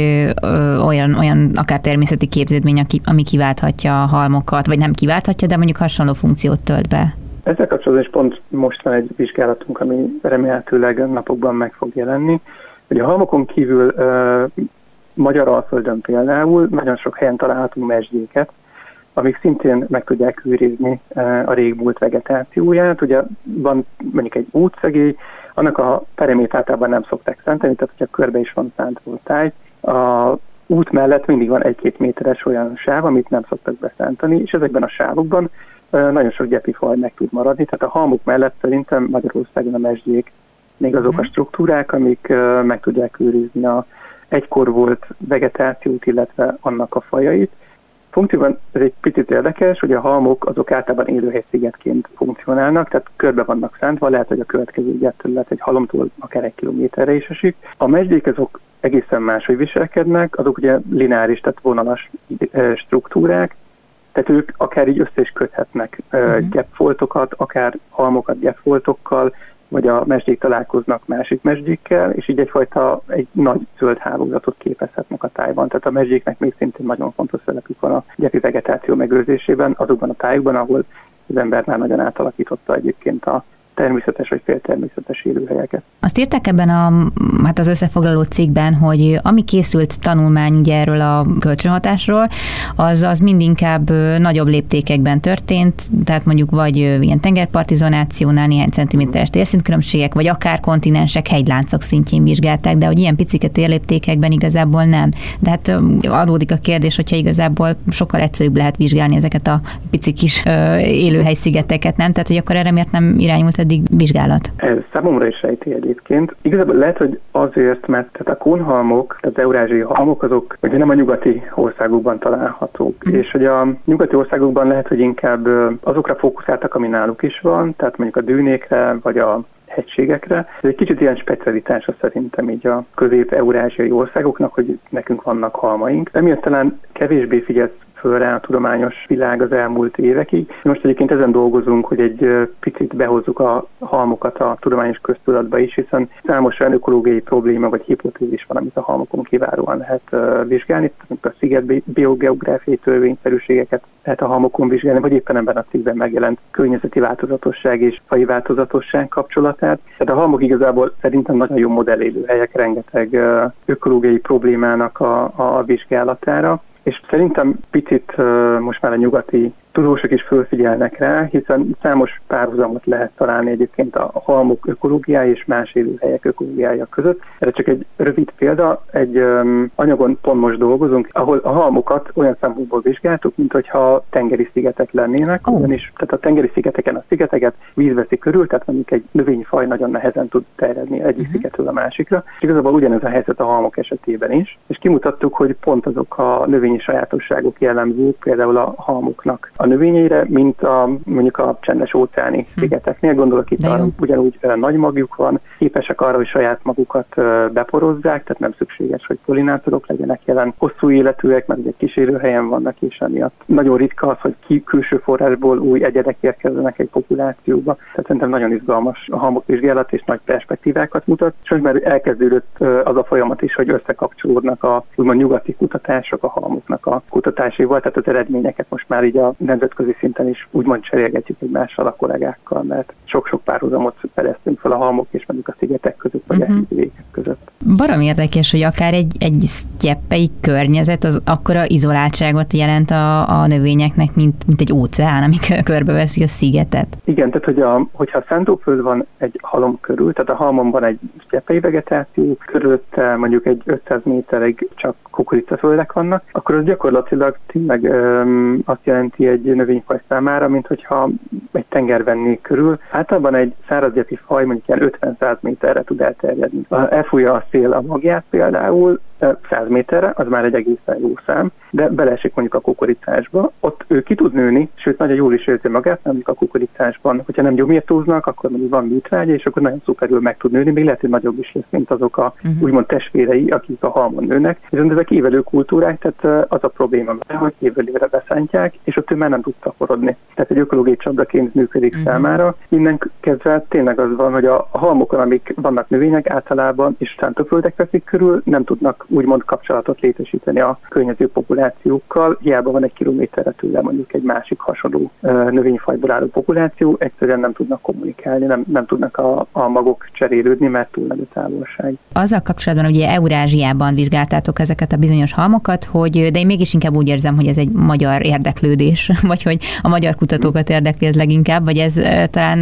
olyan akár természeti képződmény, ami kiválthatja a halmokat, vagy nem kiválthatja, de mondjuk hasonló funkciót tölt be? Ezzel kapcsolatban is pont most van egy vizsgálatunk, ami remélhetőleg napokban meg fog jelenni. Ugye a halmokon kívül Magyar-Alföldön például nagyon sok helyen találhatunk mesdjéket, amik szintén meg tudják őrizni a régmúlt vegetációját. Ugye van mondjuk egy útszegély, annak a peremét általában nem szokták szántani, tehát hogyha körbe is van szántva a táj, a út mellett mindig van 1-2 méteres olyan sáv, amit nem szoktak beszántani, és ezekben a sávokban nagyon sok gyepifaj meg tud maradni, tehát a halmok mellett szerintem Magyarországon a mesdjék még azok a struktúrák, amik meg tudják őrizni a egykor volt vegetációt, illetve annak a fajait. Funkcióban ez egy picit érdekes, hogy a halmok azok általában élőhelyszigetként funkcionálnak, tehát körbe vannak szántva, lehet, hogy a következő gyepterület egy halomtól akár 1 kilométerre is esik. A mesdjék azok egészen máshogy viselkednek, azok ugye lineáris, tehát vonalas struktúrák, tehát ők akár így össze is köthetnek gyepfoltokat, akár halmokat gyepfoltokkal, vagy a mesdjék találkoznak másik mesdjékkel, és így egy nagy zöld hálózatot képezhetnek a tájban. Tehát a mesdjéknek még szintén nagyon fontos szerepük van a gyepi vegetáció megőrzésében, azokban a tájokban, ahol az ember már nagyon átalakította egyébként a természetes vagy féltermészetes élőhelyeket. Azt írták ebben az összefoglaló cikkben, hogy ami készült tanulmány ugye erről a kölcsönhatásról, az mindinkább nagyobb léptékekben történt, tehát mondjuk vagy ilyen tengerparti zonációnál néhány centiméteres térszíntkülönbségek, vagy akár kontinensek, hegyláncok szintjén vizsgálták, de hogy ilyen picike térléptékekben igazából nem. De hát adódik a kérdés, hogyha igazából sokkal egyszerűbb lehet vizsgálni ezeket a pici kis élőhelyszigeteket, nem? Tehát, hogy akkor erre miért nem irányult addig vizsgálat? Ez számomra is rejti egyébként. Igazából lehet, hogy azért, mert tehát a kunhalmok, tehát az eurázsiai halmok, azok ugye nem a nyugati országokban találhatók. És hogy a nyugati országokban lehet, hogy inkább azokra fókuszáltak, ami náluk is van, tehát mondjuk a dűnékre, vagy a hegységekre. Ez egy kicsit ilyen specialitása szerintem így a közép-eurázsiai országoknak, hogy nekünk vannak halmaink. Emiatt talán kevésbé figyelsz föl rá a tudományos világ az elmúlt évekig. Most egyébként ezen dolgozunk, hogy egy picit behozzuk a halmokat a tudományos köztudatba is, hiszen számos olyan ökológiai probléma vagy hipotézis van, amit a halmokon kiválóan lehet vizsgálni, tehát a sziget biogeográfiai törvényszerűségeket lehet a halmokon vizsgálni, vagy éppen ebben a cikkben megjelent környezeti változatosság és faji változatosság kapcsolatát. Tehát a halmok igazából szerintem nagyon jó modellélőhelyek rengeteg ökológiai problémának a vizsgálatára. És szerintem picit most már a nyugati tudósok is fölfigyelnek rá, hiszen számos párhuzamot lehet találni egyébként a halmok ökológiája és más élőhelyek ökológiája között. Erre csak egy rövid példa, egy anyagon pont most dolgozunk, ahol a halmokat olyan szempontból vizsgáltuk, mint hogyha tengeri szigetek lennének, ugyanis tehát a tengeri szigeteken a szigeteket víz veszi körül, tehát mondjuk egy növényfaj nagyon nehezen tud terjedni egyik szigetről a másikra. És igazából ugyanez a helyzet a halmok esetében is, és kimutattuk, hogy pont azok a növényi sajátosságok jellemzők, például a halmoknak a növényeire, mint mondjuk a csendes óceáni szigeteknél. Gondolok itt ugyanúgy nagy magjuk van, képesek arra, hogy saját magukat beporozzák, tehát nem szükséges, hogy pollinátorok legyenek jelen. Hosszú életűek, mert ugye kísérőhelyen vannak, és emiatt nagyon ritka az, hogy külső forrásból új egyedek érkezzenek egy populációba. Tehát szerintem nagyon izgalmas a halmok vizsgálat, és nagy perspektívákat mutat. És most már elkezdődött az a folyamat is, hogy összekapcsolódnak a úgymond nyugati kutatások a halmoknak a kutatásaival, tehát az eredményeket most már így a nemzetközi szinten is úgymond cserélgetjük egymással a kollégákkal, mert sok-sok párhuzamot fedeztünk fel a halmok és mondjuk a szigetek között, vagy a hegyvidékek között. Baromi érdekes, hogy akár egy sztyeppei környezet az akkora izoláltságot jelent a növényeknek, mint egy óceán, ami körbeveszi a szigetet. Igen, tehát hogyha a szántóföld van egy halom körül, tehát a halmon van egy sztyeppei vegetáció, körülötte mondjuk egy 500 méterig csak kukoricaföldek vannak, akkor az gyakorlatilag tényleg azt jelenti egy növényfaj számára, mint hogyha egy tenger venné körül. Általában egy szárazgyepi faj mondjuk ilyen 50-100 méterre tud elterjedni. Elfújja a szél a magját például, 100 méterre, az már egy egészen jó szám, de beleesik mondjuk a kukoricásba, ott ő ki tud nőni, sőt nagyon jól is érzi magát, mert mondjuk a kukoricásban, hogyha nem gyomírtóznak, akkor mondjuk van műtrágya, és akkor nagyon szuperül meg tud nőni, még lehet, hogy nagyobb is lesz, mint azok a úgymond testvérei, akik a halmon nőnek. Viszont ezek évelő kultúrák, tehát az a probléma, hogy évről évre beszántják, és ott ő már nem tud szaporodni. Tehát egy ökológiai csapdaként működik számára. Innen kezdve tényleg az van, hogy a halmokon, amik vannak növények általában, és szántóföldek veszik körül, nem tudnak úgymond kapcsolatot létesíteni a környező populációkkal. Hiába van egy kilométerre tőle mondjuk egy másik hasonló növényfajból álló populáció, egyszerűen nem tudnak kommunikálni, nem tudnak a magok cserélődni, mert túl nagy a távolság. Azzal kapcsolatban ugye Eurázsiában vizsgáltátok ezeket a bizonyos halmokat, de én mégis inkább úgy érzem, hogy ez egy magyar érdeklődés, vagy hogy a magyar kutatókat érdekli ez leginkább, vagy ez talán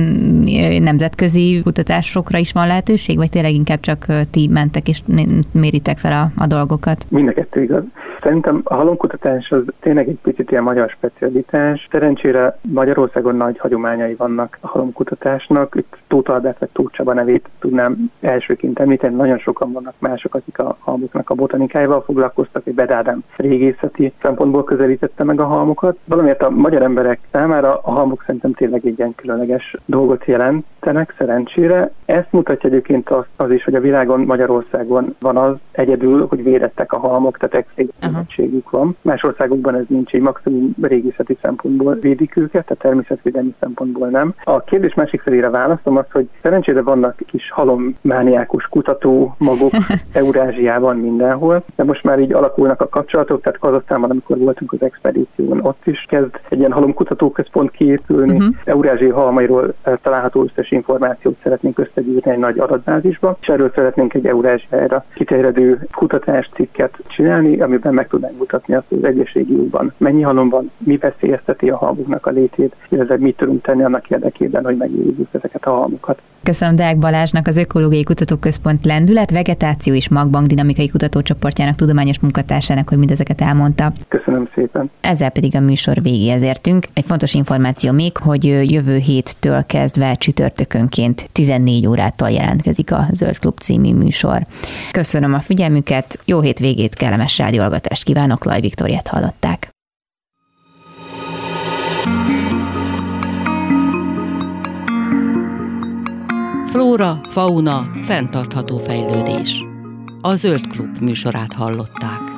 nemzetközi kutatásokra is van lehetőség, vagy tényleg inkább csak ti mentek és méritek fel a dolgokat? Mind a kettő igaz. Szerintem a halomkutatás az tényleg egy picit ilyen magyar specialitás. Szerencsére Magyarországon nagy hagyományai vannak a halomkutatásnak. Itt Tóth Albert vagy Tóth Csaba nevét tudnám elsőként említeni. Nagyon sokan vannak mások, akik a halmoknak a botanikájával foglalkoztak, vagy Bed Ádám régészeti szempontból közelítette meg a halmokat. Valamiért a magyar emberek számára a halmok szerintem tényleg egy ilyen különleges dolgot jelentenek, szerencsére. Ezt mutatja egyébként az is, hogy a világon, Magyarországon van az egyedül, hogy védettek a halmok, tehát extrémségük van. Más országokban ez nincs, így maximum régészeti szempontból védik őket, tehát természetvédelmi szempontból nem. A kérdés másik felére választom az, hogy szerencsére vannak kis halommániákus kutató magok Eurázsiában mindenhol, de most már így alakulnak a kapcsolatok, tehát Kazahsztánban, amikor voltunk az expedíción, ott is kezd egy ilyen halomkutatóközpont kiépülni. Eurázsiai halmairól található összes információt szeretnénk összegyűjteni egy nagy adatbázisba, és erről szeretnénk egy Eurázsiára kiterjedő kutáscikket csinálni, amiben meg tudnánk mutatni azt, hogy az egyes régióban mennyi halom van, mi veszélyezteti a halmoknak a létét, illetve mit tudunk tenni annak érdekében, hogy megőrizzük ezeket a halmokat. Köszönöm Deák Balázsnak, az Ökológiai Kutatóközpont Lendület, Vegetáció és Magbank dinamikai kutatócsoportjának tudományos munkatársának, hogy mindezeket elmondta. Köszönöm szépen. Ezzel pedig a műsor végéhez értünk. Egy fontos információ még, hogy jövő héttől kezdve csütörtökönként 14 órától jelentkezik a Zöld Klub című műsor. Köszönöm a figyelmüket, jó hétvégét, kellemes rádióhallgatást kívánok, Laj Viktóriát hallották. Flóra, fauna, fenntartható fejlődés. A Zöld Klub műsorát hallották.